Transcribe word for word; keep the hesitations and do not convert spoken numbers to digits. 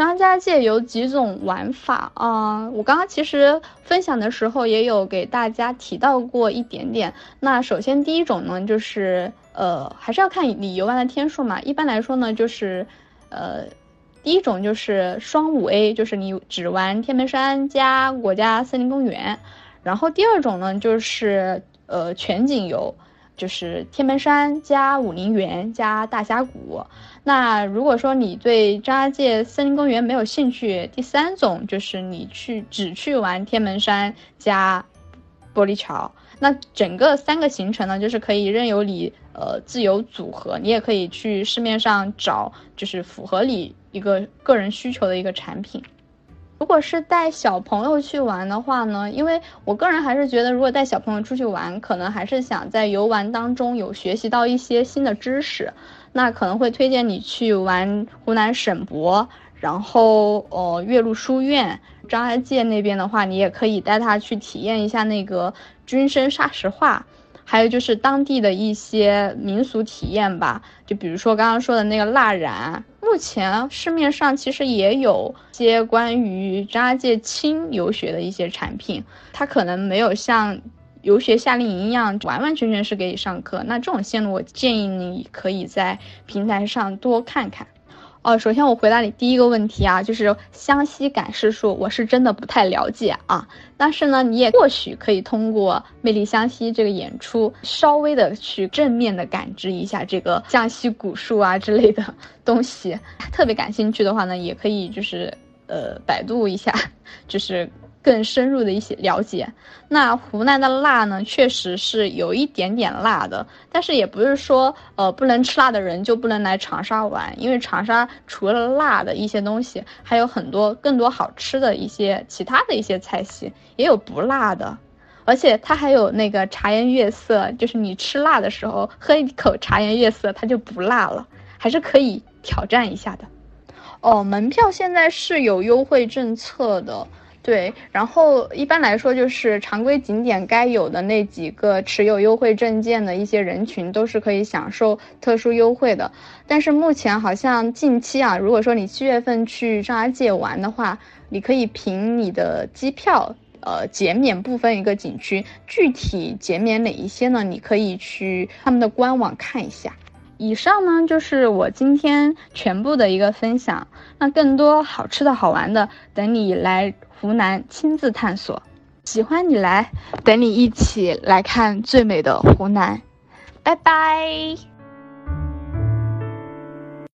张家界有几种玩法啊、呃，我刚刚其实分享的时候也有给大家提到过一点点。那首先第一种呢，就是呃，还是要看你游玩的天数嘛。一般来说呢，就是呃，第一种就是双五 A， 就是你只玩天门山加国家森林公园。然后第二种呢，就是呃全景游，就是天门山加武陵源加大峡谷。那如果说你对张家界森林公园没有兴趣，第三种就是你去只去玩天门山加玻璃桥。那整个三个行程呢，就是可以任由你呃自由组合，你也可以去市面上找就是符合你一个个人需求的一个产品。如果是带小朋友去玩的话呢，因为我个人还是觉得，如果带小朋友出去玩，可能还是想在游玩当中有学习到一些新的知识，那可能会推荐你去玩湖南省博，然后呃岳麓书院。张家界那边的话，你也可以带他去体验一下那个君生沙石画，还有就是当地的一些民俗体验吧，就比如说刚刚说的那个蜡染。目前市面上其实也有些关于张家界轻游学的一些产品，它可能没有像游学夏令营一样完完全全是给你上课，那这种线路我建议你可以在平台上多看看。哦，首先我回答你第一个问题啊，就是湘西赶尸术，我是真的不太了解啊。但是呢，你也或许可以通过魅力湘西这个演出，稍微的去正面的感知一下这个湘西古术啊之类的东西。特别感兴趣的话呢，也可以就是呃百度一下，就是更深入的一些了解。那湖南的辣呢，确实是有一点点辣的，但是也不是说呃不能吃辣的人就不能来长沙玩，因为长沙除了辣的一些东西，还有很多更多好吃的一些其他的一些菜系，也有不辣的。而且它还有那个茶颜悦色，就是你吃辣的时候喝一口茶颜悦色，它就不辣了，还是可以挑战一下的。哦，门票现在是有优惠政策的。对，然后一般来说就是常规景点该有的那几个持有优惠证件的一些人群都是可以享受特殊优惠的。但是目前好像近期啊，如果说你七月份去张家界玩的话，你可以凭你的机票呃减免部分一个景区，具体减免哪一些呢？你可以去他们的官网看一下。以上呢就是我今天全部的一个分享，那更多好吃的好玩的等你来湖南亲自探索，喜欢你来，等你一起来看最美的湖南。拜拜。